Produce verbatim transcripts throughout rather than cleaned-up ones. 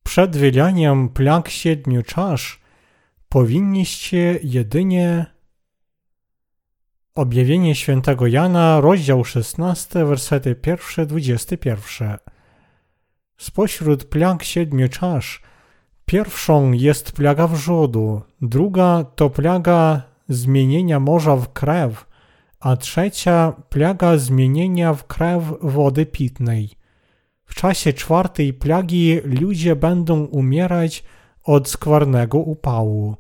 Przed wylianiem plag siedmiu czasz powinniście jedynie... Objawienie świętego Jana, rozdział szesnasty, wersety pierwszy, dwudziesty pierwszy. Spośród plag siedmiu czasz pierwszą jest plaga wrzodu, druga to plaga zmienienia morza w krew, a trzecia plaga zmienienia w krew wody pitnej. W czasie czwartej plagi ludzie będą umierać od skwarnego upału.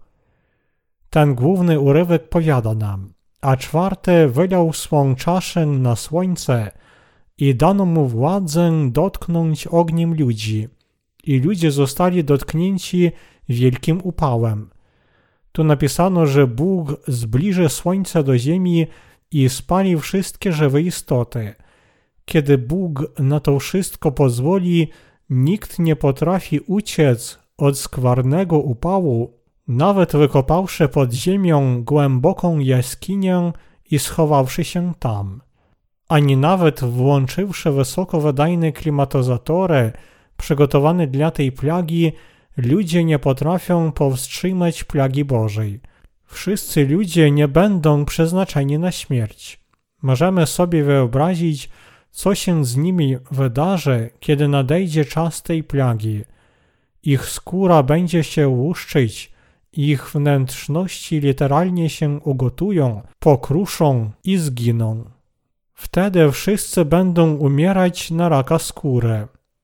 Ten główny urywek powiada nam: a czwarty wylał swą czaszę na słońce i dano mu władzę dotknąć ogniem ludzi, i ludzie zostali dotknięci wielkim upałem. Tu napisano, że Bóg zbliży słońce do ziemi i spali wszystkie żywe istoty. Kiedy Bóg na to wszystko pozwoli, nikt nie potrafi uciec od skwarnego upału, nawet wykopawszy pod ziemią głęboką jaskinię i schowawszy się tam. Ani nawet włączywszy wysokowydajne klimatyzatory przygotowane dla tej plagi, ludzie nie potrafią powstrzymać plagi Bożej. Wszyscy ludzie nie będą przeznaczeni na śmierć. Możemy sobie wyobrazić, co się z nimi wydarzy, kiedy nadejdzie czas tej plagi. Ich skóra będzie się łuszczyć, ich wnętrzności literalnie się ugotują, pokruszą i zginą. Wtedy wszyscy będą umierać na raka skóry.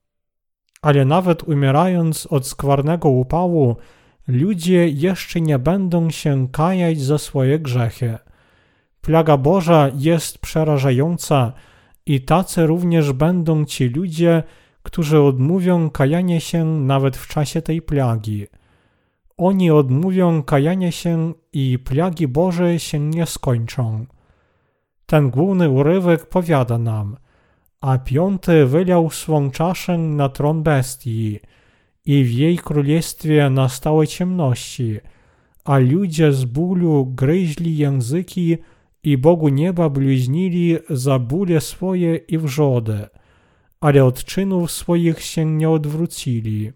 Ale nawet umierając od skwarnego upału, ludzie jeszcze nie będą się kajać za swoje grzechy. Plaga Boża jest przerażająca i tacy również będą ci ludzie, którzy odmówią kajania się nawet w czasie tej plagi. Oni odmówią kajania się i plagi Boże się nie skończą. Ten główny urywek powiada nam: a piąty wylał swą czaszę na tron bestii i w jej królestwie nastały ciemności, a ludzie z bólu gryźli języki i Bogu nieba bluźnili za bóle swoje i wrzody, ale od czynów swoich się nie odwrócili.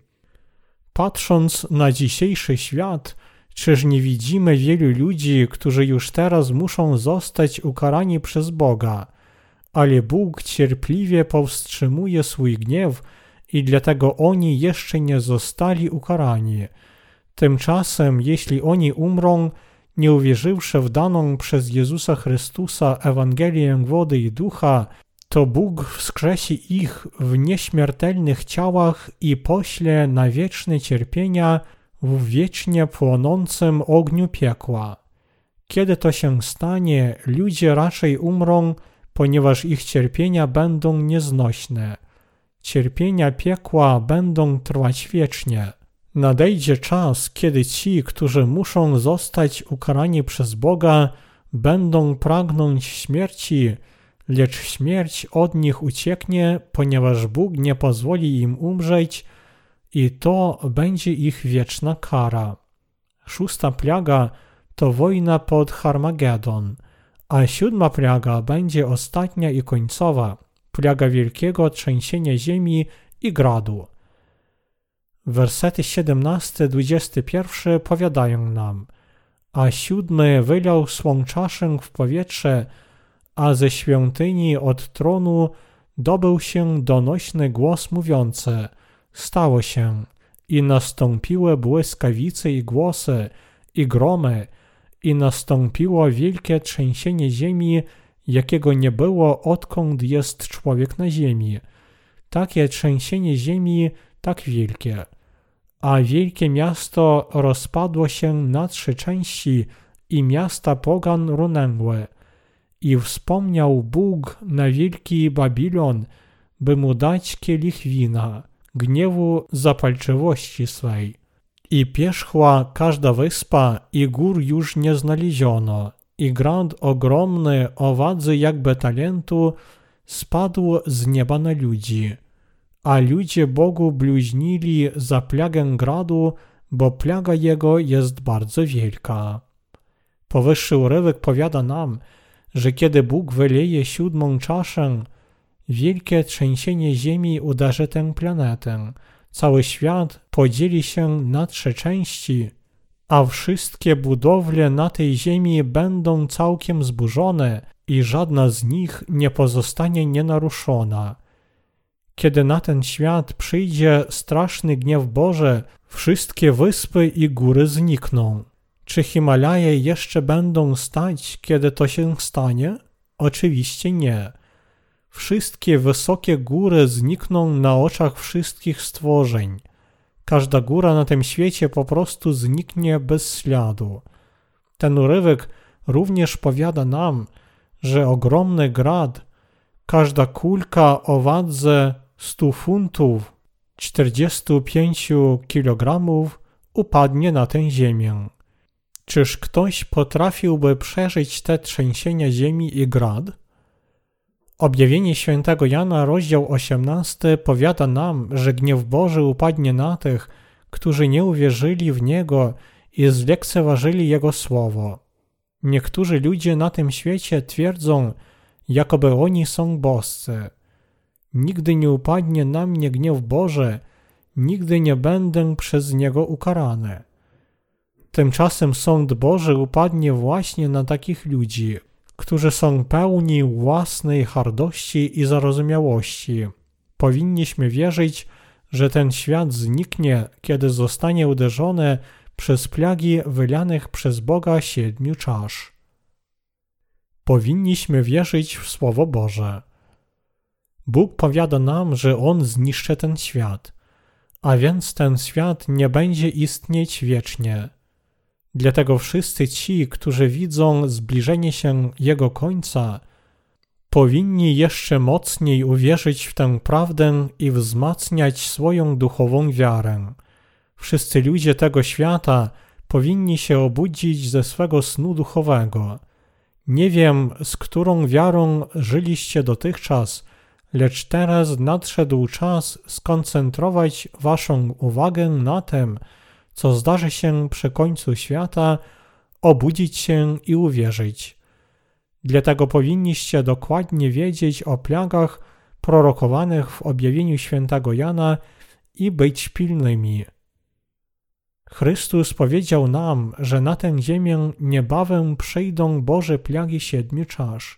Patrząc na dzisiejszy świat, czyż nie widzimy wielu ludzi, którzy już teraz muszą zostać ukarani przez Boga, ale Bóg cierpliwie powstrzymuje swój gniew i dlatego oni jeszcze nie zostali ukarani. Tymczasem, jeśli oni umrą, nie uwierzywszy w daną przez Jezusa Chrystusa Ewangelię wody i ducha, to Bóg wskrzesi ich w nieśmiertelnych ciałach i pośle na wieczne cierpienia w wiecznie płonącym ogniu piekła. Kiedy to się stanie, ludzie raczej umrą, ponieważ ich cierpienia będą nieznośne. Cierpienia piekła będą trwać wiecznie. Nadejdzie czas, kiedy ci, którzy muszą zostać ukarani przez Boga, będą pragnąć śmierci, lecz śmierć od nich ucieknie, ponieważ Bóg nie pozwoli im umrzeć i to będzie ich wieczna kara. Szósta plaga to wojna pod Harmagedon, a siódma plaga będzie ostatnia i końcowa, plaga wielkiego trzęsienia ziemi i gradu. Wersety siedemnasty do dwudziestego pierwszego powiadają nam: a siódmy wylał swą czaszę w powietrze, a ze świątyni od tronu dobył się donośny głos mówiący: stało się. I nastąpiły błyskawice i głosy, i gromy, i nastąpiło wielkie trzęsienie ziemi, jakiego nie było, odkąd jest człowiek na ziemi. Takie trzęsienie ziemi, tak wielkie. A wielkie miasto rozpadło się na trzy części i miasta pogan runęły. I wspomniał Bóg na wielki Babilon, by mu dać kielich wina, gniewu zapalczywości swej. I pierzchła każda wyspa i gór już nie znaleziono, i grad ogromny o wadze jakby talentu spadł z nieba na ludzi. A ludzie Bogu bluźnili za plagę gradu, bo plaga jego jest bardzo wielka. Powyższy urywek powiada nam, że kiedy Bóg wyleje siódmą czaszę, Wielkie trzęsienie ziemi uderzy tę planetę. Cały świat podzieli się na trzy części, a wszystkie budowle na tej ziemi będą całkiem zburzone i żadna z nich nie pozostanie nienaruszona. Kiedy na ten świat przyjdzie straszny gniew Boży, wszystkie wyspy i góry znikną. Czy Himalaje jeszcze będą stać, kiedy to się stanie? Oczywiście nie. Wszystkie wysokie góry znikną na oczach wszystkich stworzeń. Każda góra na tym świecie po prostu zniknie bez śladu. Ten urywek również powiada nam, że ogromny grad, każda kulka o wadze stu funtów, czterdziestu pięciu kilogramów, upadnie na tę ziemię. Czyż ktoś potrafiłby przeżyć te trzęsienia ziemi i grad? Objawienie świętego Jana, rozdział osiemnasty, powiada nam, że gniew Boży upadnie na tych, którzy nie uwierzyli w Niego i zlekceważyli Jego słowo. Niektórzy ludzie na tym świecie twierdzą, jakoby oni są boscy. Nigdy nie upadnie na mnie gniew Boży, nigdy nie będę przez Niego ukarany. Tymczasem sąd Boży upadnie właśnie na takich ludzi, którzy są pełni własnej hardości i zarozumiałości. Powinniśmy wierzyć, że ten świat zniknie, kiedy zostanie uderzony przez plagi wylanych przez Boga siedmiu czasz. Powinniśmy wierzyć w Słowo Boże. Bóg powiada nam, że On zniszczy ten świat, a więc ten świat nie będzie istnieć wiecznie. Dlatego wszyscy ci, którzy widzą zbliżenie się Jego końca, powinni jeszcze mocniej uwierzyć w tę prawdę i wzmacniać swoją duchową wiarę. Wszyscy ludzie tego świata powinni się obudzić ze swego snu duchowego. Nie wiem, z którą wiarą żyliście dotychczas, lecz teraz nadszedł czas skoncentrować waszą uwagę na tym, co zdarzy się przy końcu świata, obudzić się i uwierzyć. Dlatego powinniście dokładnie wiedzieć o plagach prorokowanych w objawieniu świętego Jana i być pilnymi. Chrystus powiedział nam, że na tę ziemię niebawem przyjdą Boże plagi siedmiu czasz.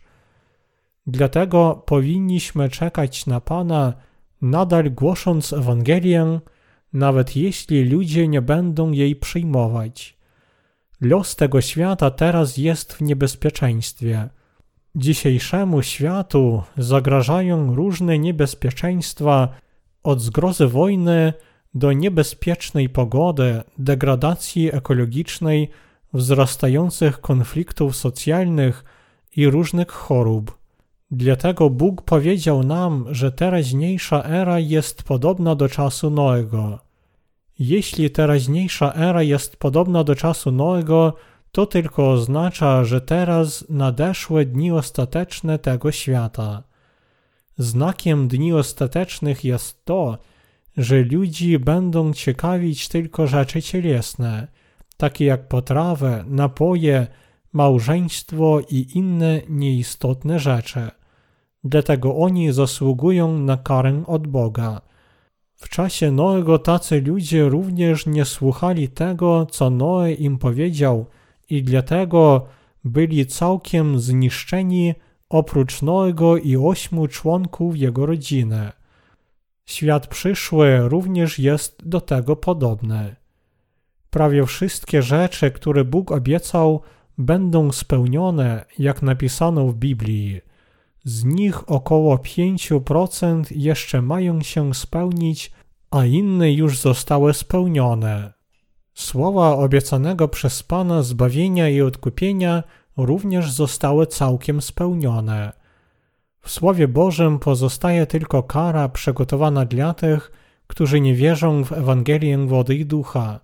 Dlatego powinniśmy czekać na Pana, nadal głosząc Ewangelię, nawet jeśli ludzie nie będą jej przyjmować. Los tego świata teraz jest w niebezpieczeństwie. Dzisiejszemu światu zagrażają różne niebezpieczeństwa, od zgrozy wojny do niebezpiecznej pogody, degradacji ekologicznej, wzrastających konfliktów socjalnych i różnych chorób. Dlatego Bóg powiedział nam, że teraźniejsza era jest podobna do czasu Noego. Jeśli teraźniejsza era jest podobna do czasu Noego, to tylko oznacza, że teraz nadeszły dni ostateczne tego świata. Znakiem dni ostatecznych jest to, że ludzi będą ciekawić tylko rzeczy cielesne, takie jak potrawy, napoje, małżeństwo i inne nieistotne rzeczy. Dlatego oni zasługują na karę od Boga. W czasie Noego tacy ludzie również nie słuchali tego, co Noe im powiedział, i dlatego byli całkiem zniszczeni oprócz Noego i ośmiu członków jego rodziny. Świat przyszły również jest do tego podobny. Prawie wszystkie rzeczy, które Bóg obiecał, będą spełnione, jak napisano w Biblii. Z nich około pięć procent jeszcze mają się spełnić, a inne już zostały spełnione. Słowa obiecanego przez Pana zbawienia i odkupienia również zostały całkiem spełnione. W Słowie Bożym pozostaje tylko kara przygotowana dla tych, którzy nie wierzą w Ewangelię wody i ducha.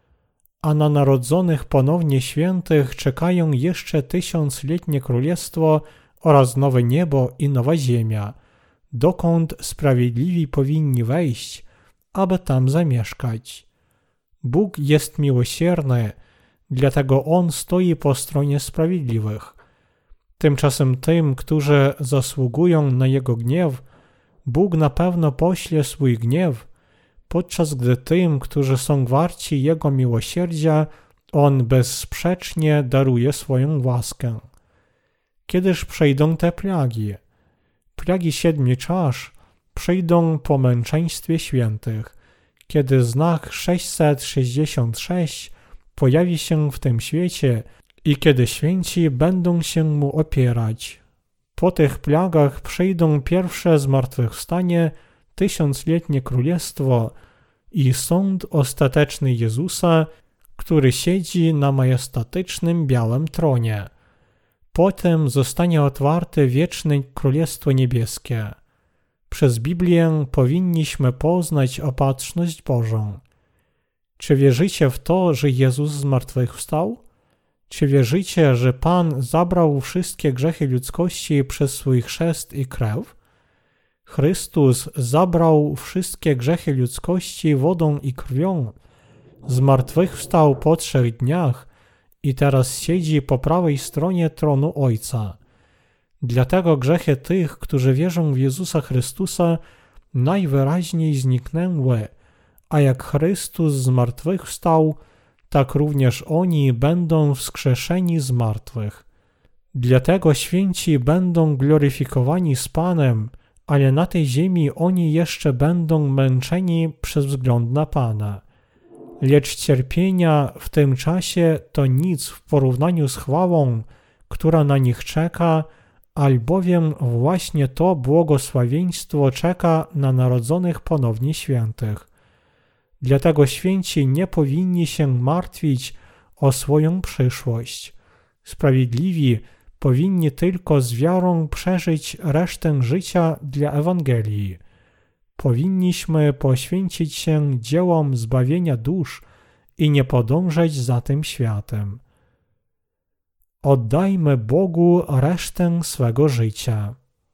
A na narodzonych ponownie świętych czekają jeszcze tysiącletnie królestwo oraz nowe niebo i nowa ziemia, dokąd sprawiedliwi powinni wejść, aby tam zamieszkać. Bóg jest miłosierny, dlatego On stoi po stronie sprawiedliwych. Tymczasem tym, którzy zasługują na Jego gniew, Bóg na pewno pośle swój gniew, podczas gdy tym, którzy są warci Jego miłosierdzia, On bezsprzecznie daruje swoją łaskę. Kiedyż przejdą te plagi? Plagi siedmiu czasz przyjdą po męczeństwie świętych, kiedy znak sześćset sześćdziesiąt sześć pojawi się w tym świecie i kiedy święci będą się mu opierać. Po tych plagach przyjdą pierwsze zmartwychwstanie, tysiącletnie królestwo i sąd ostateczny Jezusa, który siedzi na majestatycznym białym tronie. Potem zostanie otwarte wieczne Królestwo Niebieskie. Przez Biblię powinniśmy poznać opatrzność Bożą. Czy wierzycie w to, że Jezus zmartwychwstał? Czy wierzycie, że Pan zabrał wszystkie grzechy ludzkości przez swój chrzest i krew? Chrystus zabrał wszystkie grzechy ludzkości wodą i krwią, zmartwychwstał po trzech dniach i teraz siedzi po prawej stronie tronu Ojca. Dlatego grzechy tych, którzy wierzą w Jezusa Chrystusa, najwyraźniej zniknęły, a jak Chrystus zmartwychwstał, tak również oni będą wskrzeszeni z martwych. Dlatego święci będą gloryfikowani z Panem, ale na tej ziemi oni jeszcze będą męczeni przez wzgląd na Pana. Lecz cierpienia w tym czasie to nic w porównaniu z chwałą, która na nich czeka, albowiem właśnie to błogosławieństwo czeka na narodzonych ponownie świętych. Dlatego święci nie powinni się martwić o swoją przyszłość. Sprawiedliwi powinni tylko z wiarą przeżyć resztę życia dla Ewangelii. Powinniśmy poświęcić się dziełom zbawienia dusz i nie podążać za tym światem. Oddajmy Bogu resztę swego życia.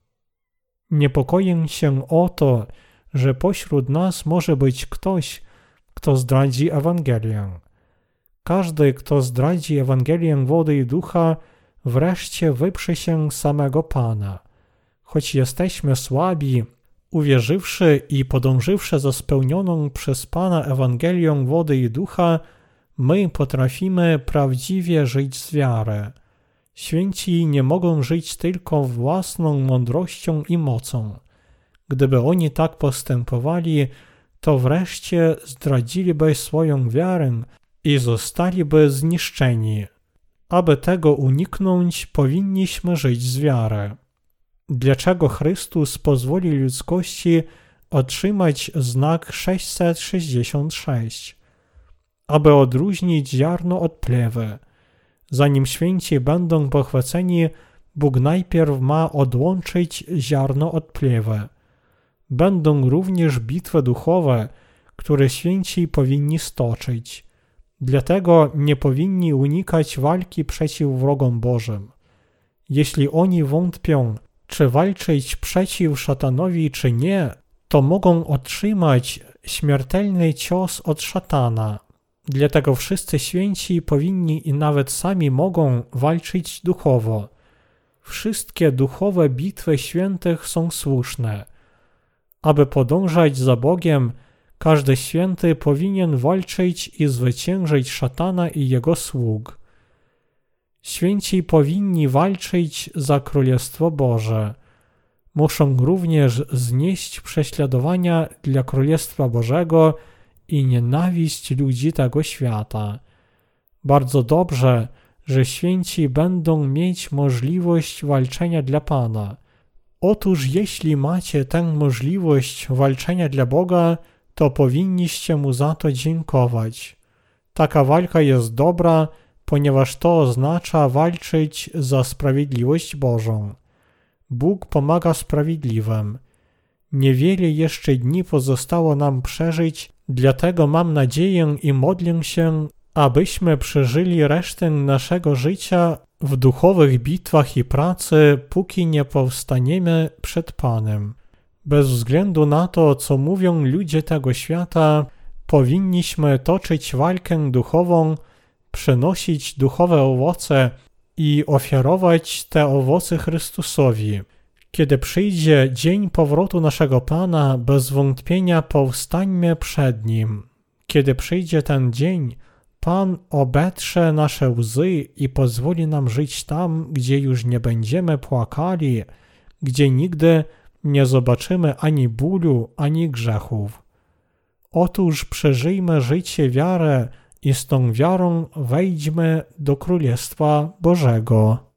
Niepokoję się o to, że pośród nas może być ktoś, kto zdradzi Ewangelię. Każdy, kto zdradzi Ewangelię wody i ducha, wreszcie wyprze się samego Pana. Choć jesteśmy słabi, uwierzywszy i podążywszy za spełnioną przez Pana Ewangelią wody i ducha, my potrafimy prawdziwie żyć z wiary. Święci nie mogą żyć tylko własną mądrością i mocą. Gdyby oni tak postępowali, to wreszcie zdradziliby swoją wiarę i zostaliby zniszczeni. Aby tego uniknąć, powinniśmy żyć z wiary. Dlaczego Chrystus pozwoli ludzkości otrzymać znak sześćset sześćdziesiąt sześć? Aby odróżnić ziarno od plewy. Zanim święci będą pochwyceni, Bóg najpierw ma odłączyć ziarno od plewy. Będą również bitwy duchowe, które święci powinni stoczyć. Dlatego nie powinni unikać walki przeciw wrogom Bożym. Jeśli oni wątpią, czy walczyć przeciw szatanowi, czy nie, to mogą otrzymać śmiertelny cios od szatana. Dlatego wszyscy święci powinni i nawet sami mogą walczyć duchowo. Wszystkie duchowe bitwy świętych są słuszne. Aby podążać za Bogiem, każdy święty powinien walczyć i zwyciężyć szatana i jego sług. Święci powinni walczyć za Królestwo Boże. Muszą również znieść prześladowania dla Królestwa Bożego i nienawiść ludzi tego świata. Bardzo dobrze, że święci będą mieć możliwość walczenia dla Pana. Otóż jeśli macie tę możliwość walczenia dla Boga, to powinniście Mu za to dziękować. Taka walka jest dobra, ponieważ to oznacza walczyć za sprawiedliwość Bożą. Bóg pomaga sprawiedliwym. Niewiele jeszcze dni pozostało nam przeżyć, dlatego mam nadzieję i modlę się, abyśmy przeżyli resztę naszego życia w duchowych bitwach i pracy, póki nie powstaniemy przed Panem. Bez względu na to, co mówią ludzie tego świata, powinniśmy toczyć walkę duchową, przynosić duchowe owoce i ofiarować te owoce Chrystusowi. Kiedy przyjdzie dzień powrotu naszego Pana, bez wątpienia powstańmy przed Nim. Kiedy przyjdzie ten dzień, Pan obetrze nasze łzy i pozwoli nam żyć tam, gdzie już nie będziemy płakali, gdzie nigdy nie zobaczymy ani bólu, ani grzechów. Otóż przeżyjmy życie wiarę i z tą wiarą wejdźmy do Królestwa Bożego.